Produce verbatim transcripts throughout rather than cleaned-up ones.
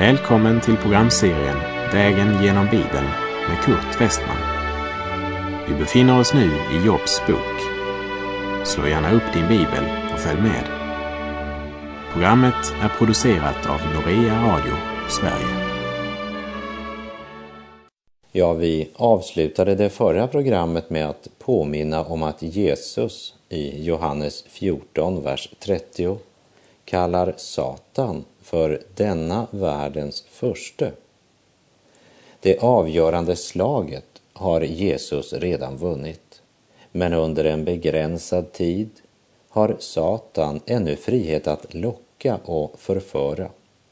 Välkommen till programserien Vägen genom Bibeln med Kurt Westman. Vi befinner oss nu i Jobs bok. Slå gärna upp din bibel och följ med. Programmet är producerat av Norea Radio, Sverige. Ja, vi avslutade det förra programmet med att påminna om att Jesus i Johannes fjorton, vers trettio kallar Satan för denna världens furste. Det avgörande slaget har Jesus redan vunnit, men under en begränsad tid har Satan ännu frihet att locka och förföra.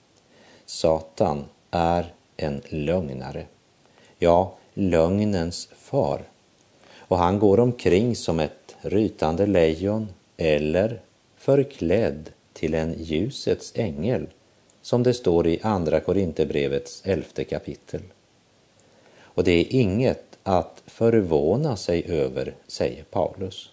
Satan är en lögnare, ja, lögnens far, och han går omkring som ett rytande lejon eller förklädd till en ljusets ängel, som det står i andra Korinthierbrevets elfte kapitel. Och det är inget att förvåna sig över, säger Paulus.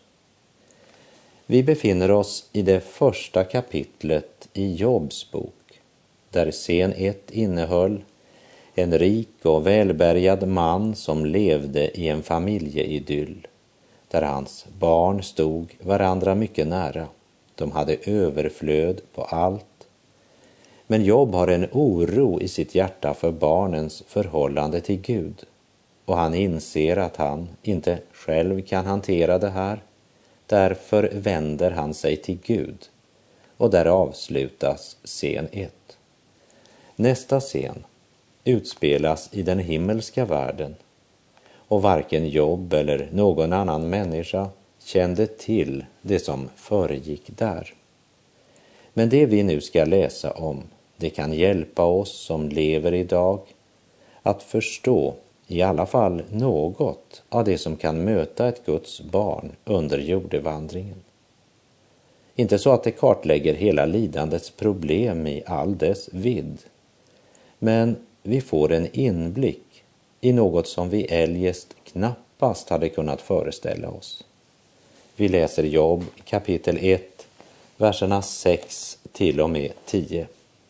Vi befinner oss i det första kapitlet i Jobs bok, där scen ett innehöll en rik och välbärgad man som levde i en familjeidyll, där hans barn stod varandra mycket nära. De hade överflöd på allt. Men Job har en oro i sitt hjärta för barnens förhållande till Gud. Och han inser att han inte själv kan hantera det här. Därför vänder han sig till Gud. Och där avslutas scen ett. Nästa scen utspelas i den himmelska världen. Och varken Job eller någon annan människa kände till det som föregick där. Men det vi nu ska läsa om, det kan hjälpa oss som lever idag att förstå i alla fall något av det som kan möta ett Guds barn under jordevandringen. Inte så att det kartlägger hela lidandets problem i all dess vidd, men vi får en inblick i något som vi eljest knappast hade kunnat föreställa oss. Vi läser Job kapitel ett, verserna sex till och med tio.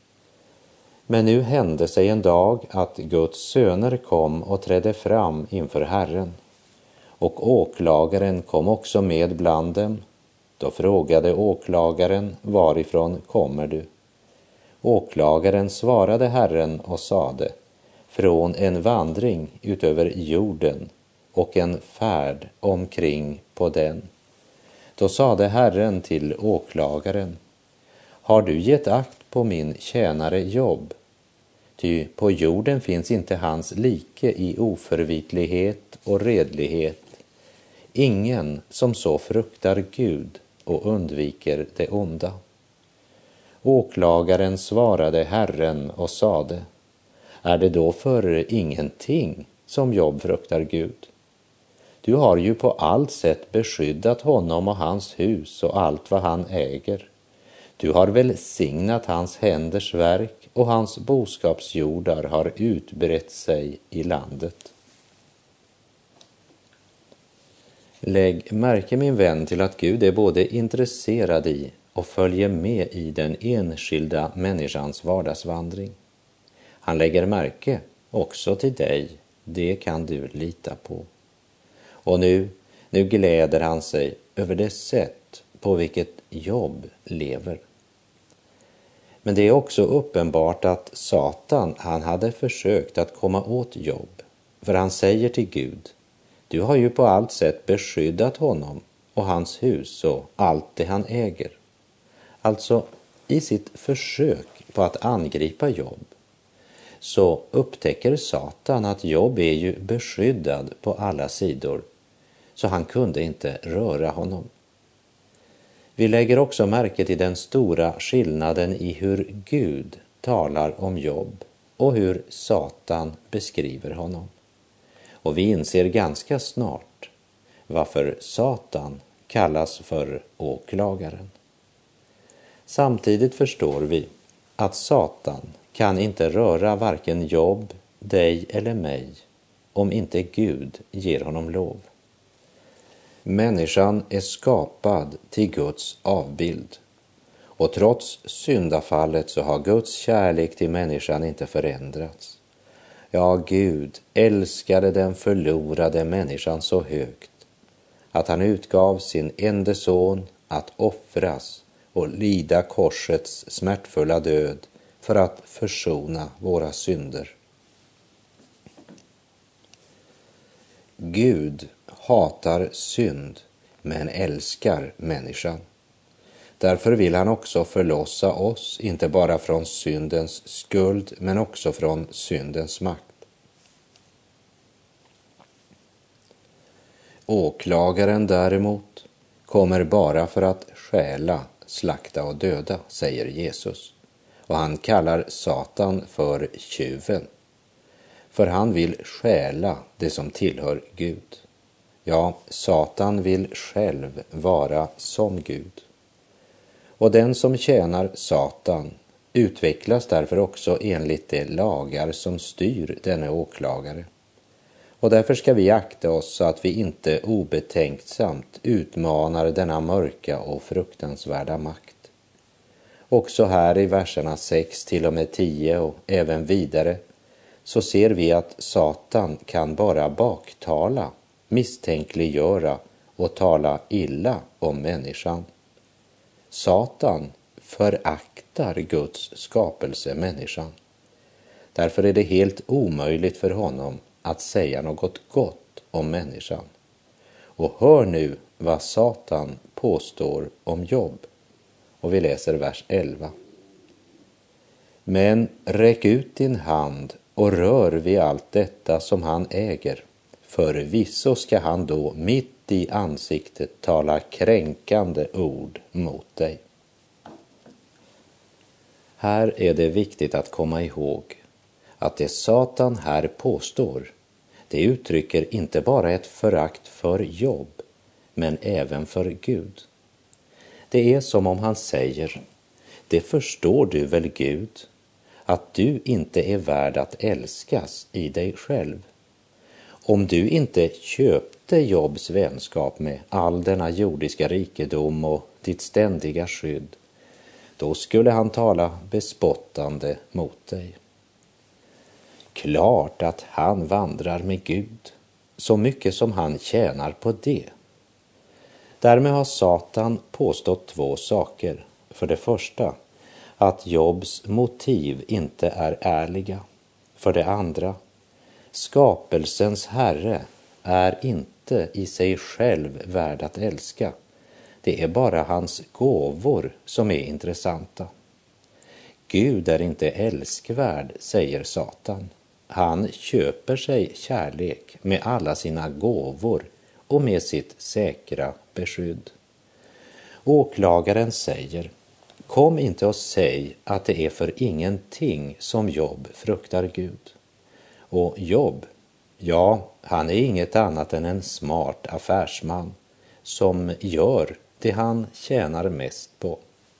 Men nu hände sig en dag att Guds söner kom och trädde fram inför Herren, och åklagaren kom också med bland dem. Då frågade åklagaren: varifrån kommer du? Åklagaren svarade Herren och sade: från en vandring utöver jorden och en färd omkring på den. Då sade Herren till åklagaren: har du gett akt på min tjänare Job? Ty på jorden finns inte hans like i oförvitlighet och redlighet, ingen som så fruktar Gud och undviker det onda. Åklagaren svarade Herren och sade: är det då för ingenting som Job fruktar Gud? Du har ju på allt sätt beskyddat honom och hans hus och allt vad han äger. Du har välsignat hans händers verk, och hans boskapsjordar har utbrett sig i landet. Lägg märke, min vän, till att Gud är både intresserad i och följer med i den enskilda människans vardagsvandring. Han lägger märke också till dig, det kan du lita på. Och nu, nu gläder han sig över det sätt på vilket Job lever. Men det är också uppenbart att Satan, han hade försökt att komma åt Job. För han säger till Gud: du har ju på allt sätt beskyddat honom och hans hus och allt det han äger. Alltså, i sitt försök på att angripa Job så upptäcker Satan att Job är ju beskyddad på alla sidor, så han kunde inte röra honom. Vi lägger också märke till den stora skillnaden i hur Gud talar om Job och hur Satan beskriver honom. Och vi inser ganska snart varför Satan kallas för åklagaren. Samtidigt förstår vi att Satan kan inte röra varken Job, dig eller mig om inte Gud ger honom lov. Människan är skapad till Guds avbild, Och trots syndafallet så har Guds kärlek till människan inte förändrats. Ja, Gud älskade den förlorade människan så högt att han utgav sin enda son att offras och lida korsets smärtfulla död för att försona våra synder. Gud hatar synd men älskar människan. Därför vill han också förlossa oss, inte bara från syndens skuld men också från syndens makt. Åklagaren däremot kommer bara för att stjäla, slakta och döda, säger Jesus. Och han kallar Satan för tjuven. För han vill stjäla det som tillhör Gud. Ja, Satan vill själv vara som Gud. Och den som tjänar Satan utvecklas därför också enligt de lagar som styr denne åklagare. Och därför ska vi akta oss så att vi inte obetänksamt utmanar denna mörka och fruktansvärda makt. Också här i verserna sex till och med tio och även vidare så ser vi att Satan kan bara baktala, misstänkliggöra och tala illa om människan. Satan föraktar Guds skapelse, människan. Därför är det helt omöjligt för honom att säga något gott om människan. Och hör nu vad Satan påstår om Jobb. Och vi läser vers elva. Men räck ut din hand och rör vid allt detta som han äger. Förvisso ska han då mitt i ansiktet tala kränkande ord mot dig. Här är det viktigt att komma ihåg att det Satan här påstår, det uttrycker inte bara ett förakt för Jobb, men även för Gud. Det är som om han säger, det förstår du väl Gud, att du inte är värd att älskas i dig själv. Om du inte köpte Jobbs vänskap med all denna jordiska rikedom och ditt ständiga skydd, då skulle han tala bespottande mot dig. Klart att han vandrar med Gud, så mycket som han tjänar på det. Därmed har Satan påstått två saker. För det första, att Jobbs motiv inte är ärliga. För det andra, skapelsens herre är inte i sig själv värd att älska. Det är bara hans gåvor som är intressanta. Gud är inte älskvärd, säger Satan. Han köper sig kärlek med alla sina gåvor och med sitt säkra beskydd. Åklagaren säger, kom inte och säg att det är för ingenting som Jobb fruktar Gud. Och Jobb, ja, han är inget annat än en smart affärsman som gör det han tjänar mest på.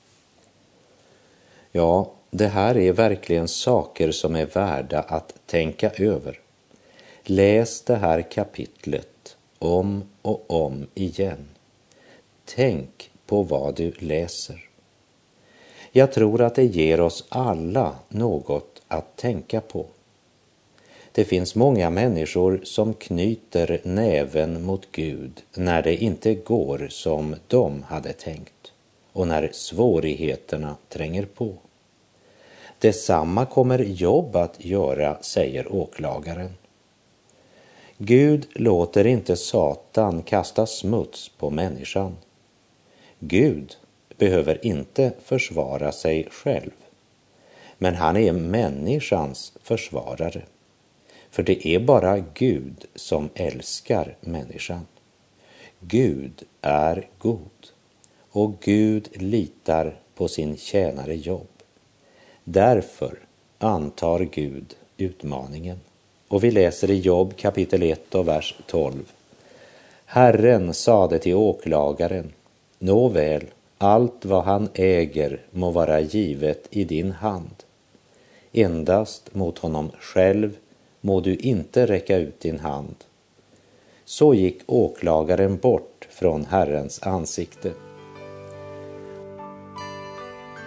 Ja, det här är verkligen saker som är värda att tänka över. Läs det här kapitlet om och om igen. Tänk på vad du läser. Jag tror att det ger oss alla något att tänka på. Det finns många människor som knyter näven mot Gud när det inte går som de hade tänkt och när svårigheterna tränger på. Detsamma kommer Jobb att göra, säger åklagaren. Gud låter inte Satan kasta smuts på människan. Gud behöver inte försvara sig själv, men han är människans försvarare. För det är bara Gud som älskar människan. Gud är god och Gud litar på sin tjänare Jobb. Därför antar Gud utmaningen. Och vi läser i Jobb kapitel ett och vers tolv. Herren sade till åklagaren, nåväl, allt vad han äger må vara givet i din hand. Endast mot honom själv må du inte räcka ut din hand. Så gick åklagaren bort från Herrens ansikte.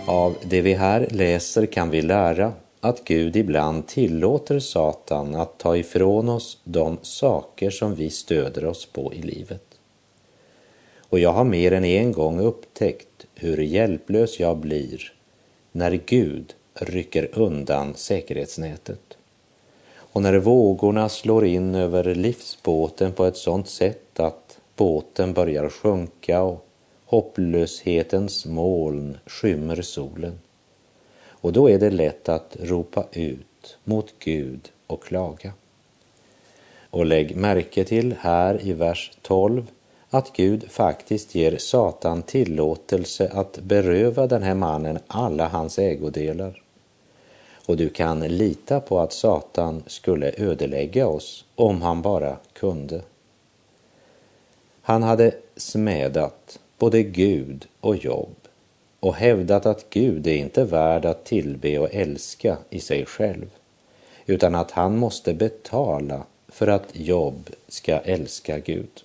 Av det vi här läser kan vi lära att Gud ibland tillåter Satan att ta ifrån oss de saker som vi stöder oss på i livet. Och jag har mer än en gång upptäckt hur hjälplös jag blir när Gud rycker undan säkerhetsnätet. Och när vågorna slår in över livsbåten på ett sådant sätt att båten börjar sjunka och hopplöshetens moln skymmer solen. Och då är det lätt att ropa ut mot Gud och klaga. Och lägg märke till här i vers tolv att Gud faktiskt ger Satan tillåtelse att beröva den här mannen alla hans ägodelar. Och du kan lita på att Satan skulle ödelägga oss om han bara kunde. Han hade smädat både Gud och Job och hävdat att Gud är inte värd att tillbe och älska i sig själv, utan att han måste betala för att Job ska älska Gud.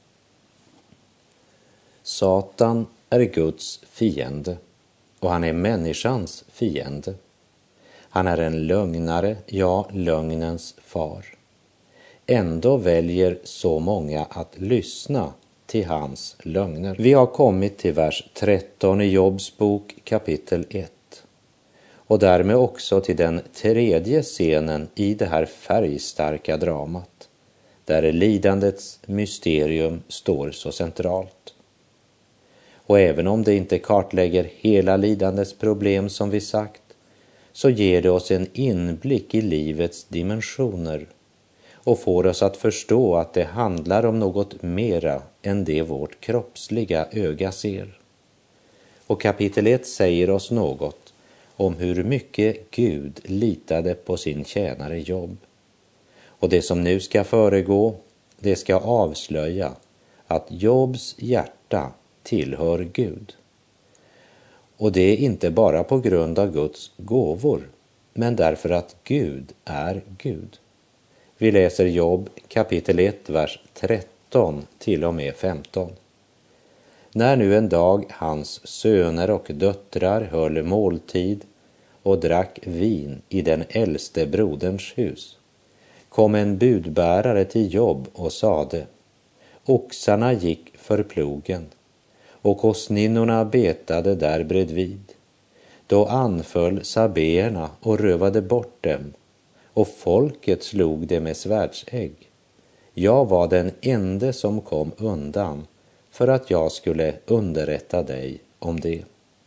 Satan är Guds fiende och han är människans fiende. Han är en lögnare, ja, lögnens far. Ändå väljer så många att lyssna till hans lögner. Vi har kommit till vers tretton i Jobs bok kapitel ett. Och därmed också till den tredje scenen i det här färgstarka dramat, där lidandets mysterium står så centralt. Och även om det inte kartlägger hela lidandets problem som vi sagt, så ger det oss en inblick i livets dimensioner och får oss att förstå att det handlar om något mera än det vårt kroppsliga öga ser. Och kapitel ett säger oss något om hur mycket Gud litade på sin tjänare Job. Och det som nu ska föregå, det ska avslöja att Jobs hjärta tillhör Gud. Och det är inte bara på grund av Guds gåvor, men därför att Gud är Gud. Vi läser Job kapitel ett, vers tretton till och med femton. När nu en dag hans söner och döttrar höll måltid och drack vin i den äldste broderns hus, kom en budbärare till Job och sade: oxarna gick för plogen och kosninnorna betade där bredvid. Då anföll sabeerna och rövade bort dem, och folket slog det med svärdsägg. Jag var den ende som kom undan för att jag skulle underrätta dig om det.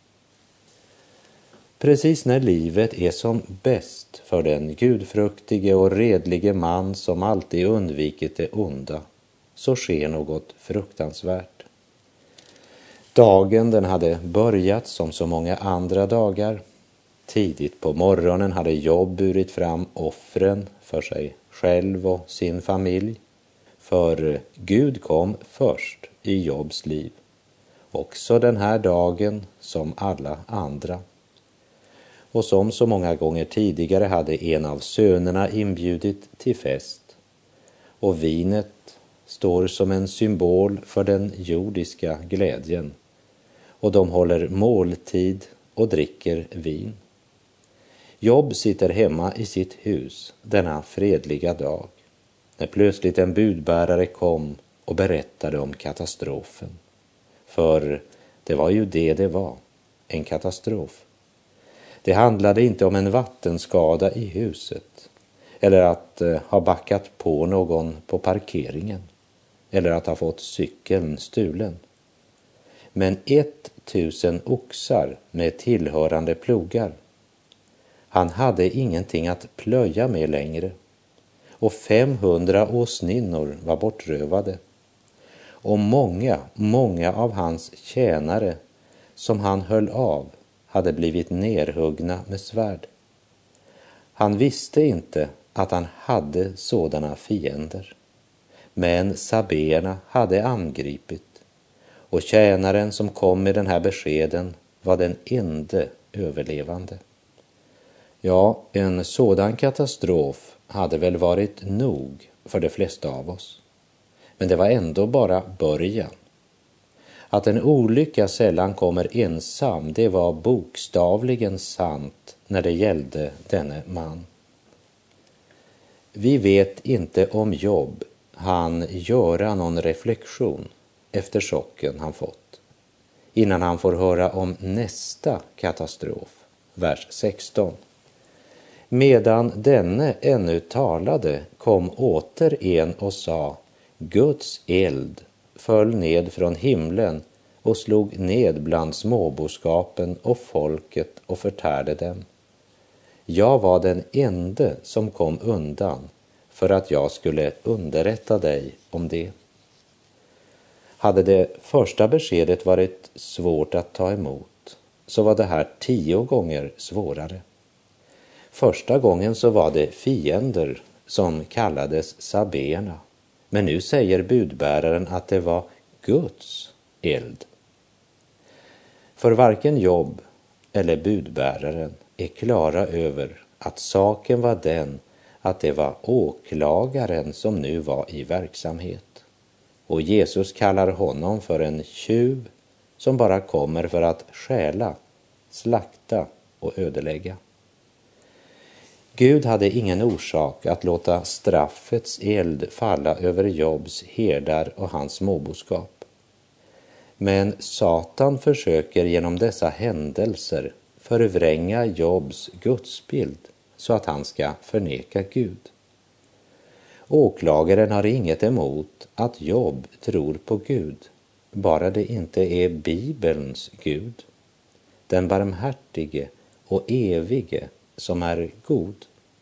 Precis när livet är som bäst för den gudfruktige och redlige man som alltid undvikit det onda, så sker något fruktansvärt. Dagen den hade börjat som så många andra dagar. Tidigt på morgonen hade Job burit fram offren för sig själv och sin familj. För Gud kom först i Jobs liv, också den här dagen som alla andra. Och som så många gånger tidigare hade en av sönerna inbjudit till fest. Och vinet står som en symbol för den jordiska glädjen. Och de håller måltid och dricker vin. Job sitter hemma i sitt hus denna fredliga dag, när plötsligt en budbärare kom och berättade om katastrofen. För det var ju det det var, en katastrof. Det handlade inte om en vattenskada i huset, eller att eh, ha backat på någon på parkeringen, eller att ha fått cykeln stulen. Men ett tusen oxar med tillhörande plogar. Han hade ingenting att plöja med längre, och femhundra åsninnor var bortrövade. Och många, många av hans tjänare som han höll av hade blivit nerhuggna med svärd. Han visste inte att han hade sådana fiender. Men sabeerna hade angripit, och tjänaren som kom med den här beskeden var den ende överlevande. Ja, en sådan katastrof hade väl varit nog för de flesta av oss. Men det var ändå bara början. Att en olycka sällan kommer ensam, det var bokstavligen sant när det gällde denne man. Vi vet inte om Job han göra någon reflektion efter chocken han fått, innan han får höra om nästa katastrof, vers sexton. Medan denne ännu talade kom åter en och sa: Guds eld föll ned från himlen och slog ned bland småboskapen och folket och förtärde dem. Jag var den ende som kom undan för att jag skulle underrätta dig om det. Hade det första beskedet varit svårt att ta emot, så var det här tio gånger svårare. Första gången så var det fiender som kallades sabéerna, men nu säger budbäraren att det var Guds eld. För varken Job eller budbäraren är klara över att saken var den att det var åklagaren som nu var i verksamhet. Och Jesus kallar honom för en tjuv som bara kommer för att stjäla, slakta och ödelägga. Gud hade ingen orsak att låta straffets eld falla över Jobs herdar och hans småboskap. Men Satan försöker genom dessa händelser förvränga Jobs gudsbild så att han ska förneka Gud. Åklagaren har inget emot att Job tror på Gud, bara det inte är Bibelns Gud, den barmhärtige och evige som är god.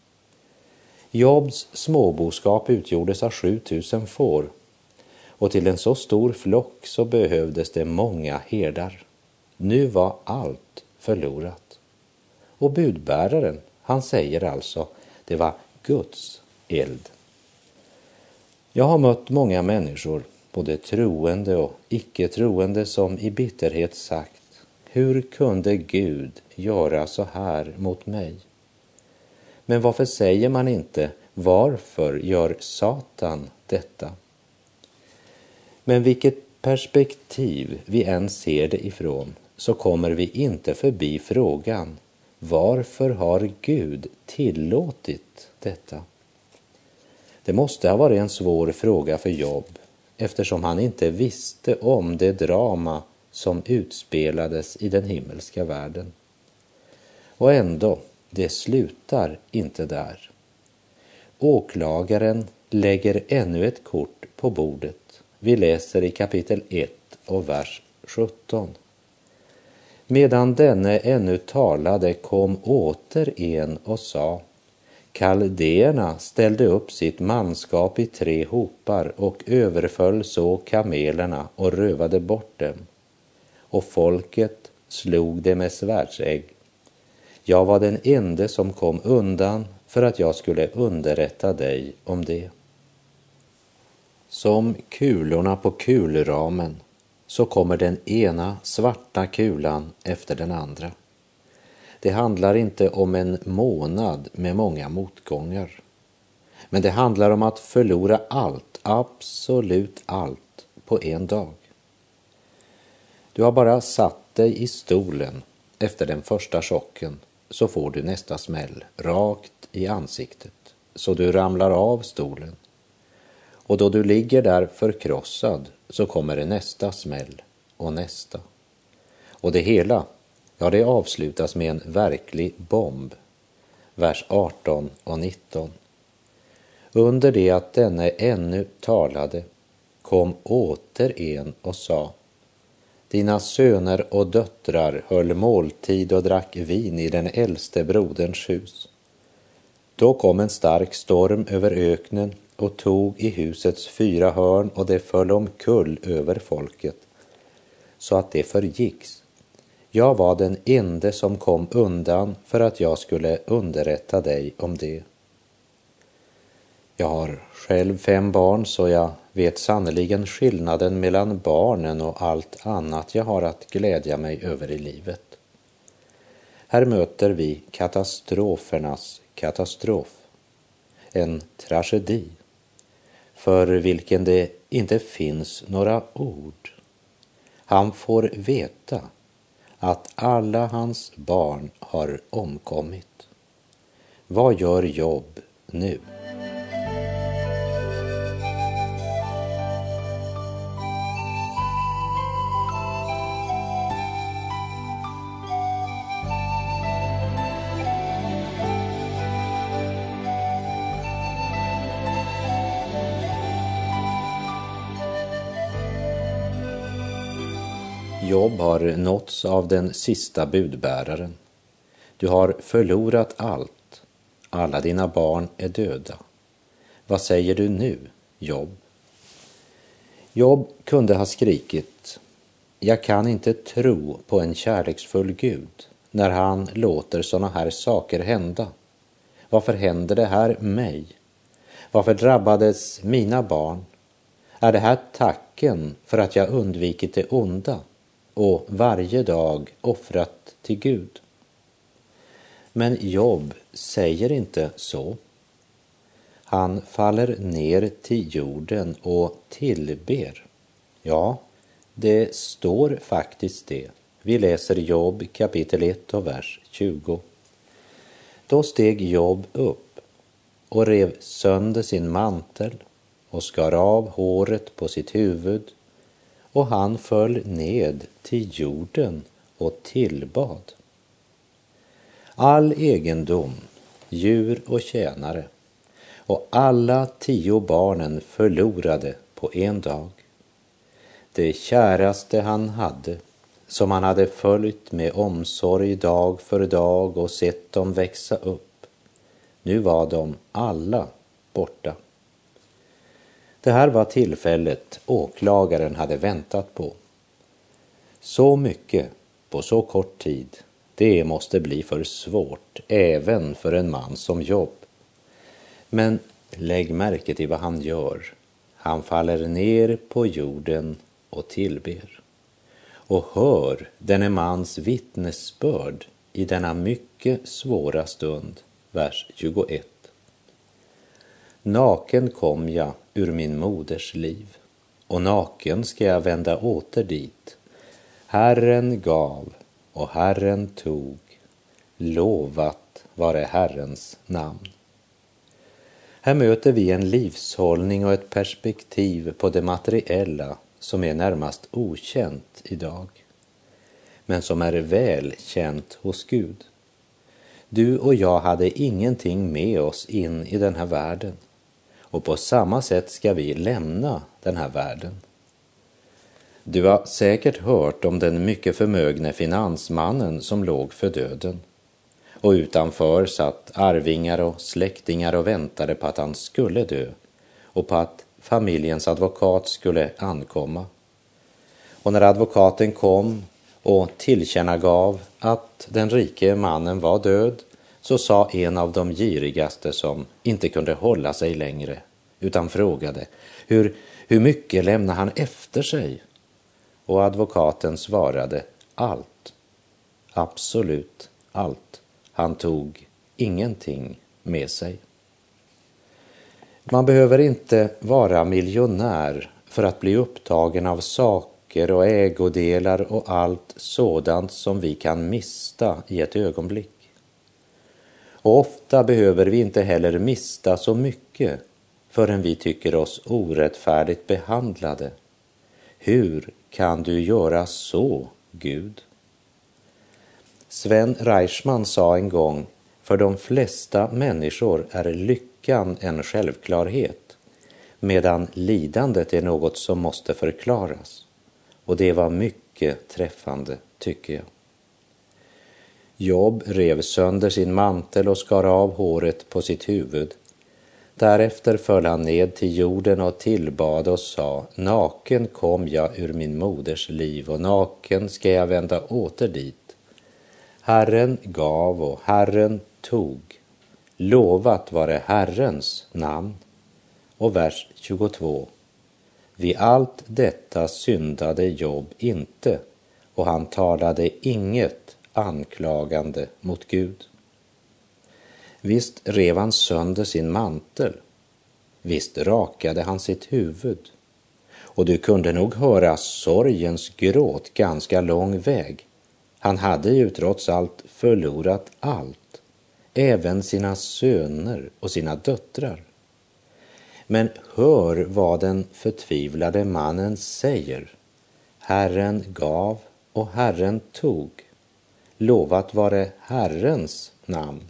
Jobs småboskap utgjordes av sjutusen får, och till en så stor flock så behövdes det många herdar. Nu var allt förlorat. Och budbäraren, han säger alltså, det var Guds eld. Jag har mött många människor, både troende och icke-troende, som i bitterhet sagt: hur kunde Gud göra så här mot mig? Men varför säger man inte: varför gör Satan detta? Men vilket perspektiv vi än ser det ifrån, så kommer vi inte förbi frågan: varför har Gud tillåtit detta? Det måste ha varit en svår fråga för Job, eftersom han inte visste om det drama som utspelades i den himmelska världen. Och ändå, det slutar inte där. Åklagaren lägger ännu ett kort på bordet. Vi läser i kapitel ett och vers sjutton. Medan denne ännu talade kom åter en och sa: Kaldéerna ställde upp sitt manskap i tre hopar och överföll så kamelerna och rövade bort dem. Och folket slog det med svärdsägg. Jag var den ende som kom undan för att jag skulle underrätta dig om det. Som kulorna på kulramen så kommer den ena svarta kulan efter den andra. Det handlar inte om en månad med många motgångar. Men det handlar om att förlora allt, absolut allt, på en dag. Du har bara satt dig i stolen efter den första chocken, så får du nästa smäll rakt i ansiktet, så du ramlar av stolen. Och då du ligger där förkrossad så kommer det nästa smäll och nästa. Och det hela, ja, det avslutas med en verklig bomb. Vers arton och nitton. Under det att denne ännu talade kom åter en och sa: Dina söner och döttrar höll måltid och drack vin i den äldste broderns hus. Då kom en stark storm över öknen och tog i husets fyra hörn, och det föll omkull över folket, så att det förgicks. Jag var den ende som kom undan för att jag skulle underrätta dig om det. Jag har själv fem barn, så jag vet sannoliken skillnaden mellan barnen och allt annat jag har att glädja mig över i livet. Här möter vi katastrofernas katastrof, en tragedi för vilken det inte finns några ord. Han får veta att alla hans barn har omkommit. Vad gör Job nu? Job har nåtts av den sista budbäraren. Du har förlorat allt. Alla dina barn är döda. Vad säger du nu, Job? Job kunde ha skrikit: jag kan inte tro på en kärleksfull Gud när han låter såna här saker hända. Varför händer det här mig? Varför drabbades mina barn? Är det här tacken för att jag undvikit det onda och varje dag offrat till Gud? Men Job säger inte så. Han faller ner till jorden och tillber. Ja, det står faktiskt det. Vi läser Job kapitel ett och vers tjugo. Då steg Job upp och rev sönder sin mantel och skar av håret på sitt huvud, och han föll ned till jorden och tillbad. All egendom, djur och tjänare och alla tio barnen förlorade på en dag. Det käraste han hade, som han hade följt med omsorg dag för dag och sett dem växa upp, nu var de alla borta. Det här var tillfället åklagaren hade väntat på. Så mycket på så kort tid, det måste bli för svårt även för en man som Job. Men lägg märke till vad han gör. Han faller ner på jorden och tillber. Och hör denne mans vittnesbörd i denna mycket svåra stund, vers tjugoett. Naken kom jag ur min moders liv, och naken ska jag vända åter dit. Herren gav och Herren tog, lovat vare Herrens namn. Här möter vi en livshållning och ett perspektiv på det materiella som är närmast okänt idag, men som är väl känt hos Gud. Du och jag hade ingenting med oss in i den här världen, och på samma sätt ska vi lämna den här världen. Du har säkert hört om den mycket förmögne finansmannen som låg för döden, och utanför satt arvingar och släktingar och väntade på att han skulle dö och på att familjens advokat skulle ankomma. Och när advokaten kom och tillkännagav att den rike mannen var död, så sa en av de girigaste, som inte kunde hålla sig längre, utan frågade: hur, hur mycket lämnar han efter sig? Och advokaten svarade: allt. Absolut allt. Han tog ingenting med sig. Man behöver inte vara miljonär för att bli upptagen av saker och ägodelar och allt sådant som vi kan mista i ett ögonblick. Och ofta behöver vi inte heller mista så mycket förrän vi tycker oss orättfärdigt behandlade. Hur kan du göra så, Gud? Sven Reichman sa en gång: för de flesta människor är lyckan en självklarhet, medan lidandet är något som måste förklaras. Och det var mycket träffande, tycker jag. Job rev sönder sin mantel och skar av håret på sitt huvud. Därefter föll han ned till jorden och tillbad och sa: naken kom jag ur min moders liv, och naken ska jag vända åter dit. Herren gav och Herren tog, lovat vare Herrens namn. Och vers tjugotvå. Vid allt detta syndade Job inte, och han talade inget anklagande mot Gud. Visst rev han sönder sin mantel, visst rakade han sitt huvud, och du kunde nog höra sorgens gråt ganska lång väg. Han hade ju trots allt förlorat allt, även sina söner och sina döttrar. Men hör vad den förtvivlade mannen säger. Herren gav och Herren tog. Lovat vare Herrens namn.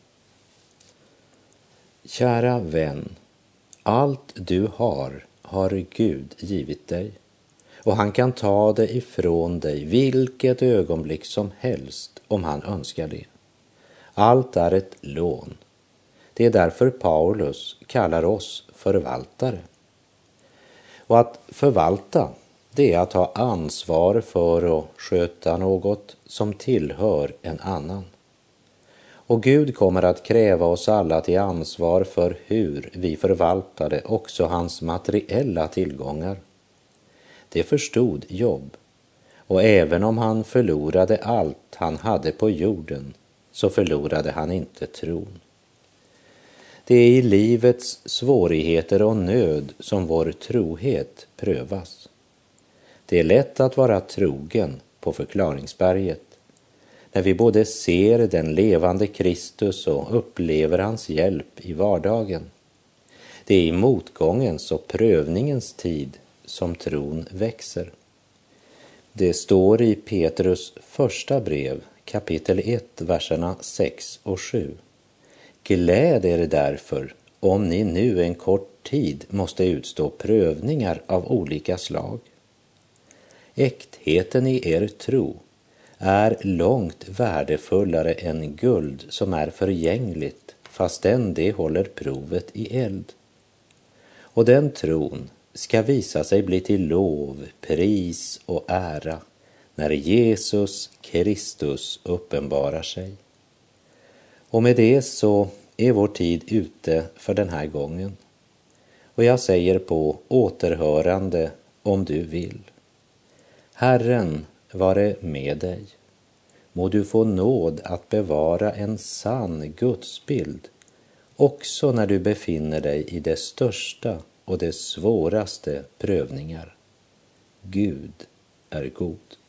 Kära vän, allt du har har Gud givit dig, och han kan ta det ifrån dig vilket ögonblick som helst om han önskar det. Allt är ett lån. Det är därför Paulus kallar oss förvaltare. Och att förvalta, det är att ha ansvar för att sköta något som tillhör en annan. Och Gud kommer att kräva oss alla till ansvar för hur vi förvaltade också hans materiella tillgångar. Det förstod Job, och även om han förlorade allt han hade på jorden så förlorade han inte tron. Det är i livets svårigheter och nöd som vår trohet prövas. Det är lätt att vara trogen på förklaringsberget, när vi både ser den levande Kristus och upplever hans hjälp i vardagen. Det är i motgångens och prövningens tid som tron växer. Det står i Petrus första brev, kapitel ett, verserna sex och sju. Gläd er därför om ni nu en kort tid måste utstå prövningar av olika slag. Äktheten i er tro är långt värdefullare än guld som är förgängligt, fastän det håller provet i eld. Och den tron ska visa sig bli till lov, pris och ära när Jesus Kristus uppenbarar sig. Och med det så är vår tid ute för den här gången. Och jag säger på återhörande om du vill. Herren vare med dig. Må du få nåd att bevara en sann gudsbild också när du befinner dig i det största och det svåraste prövningar. Gud är god.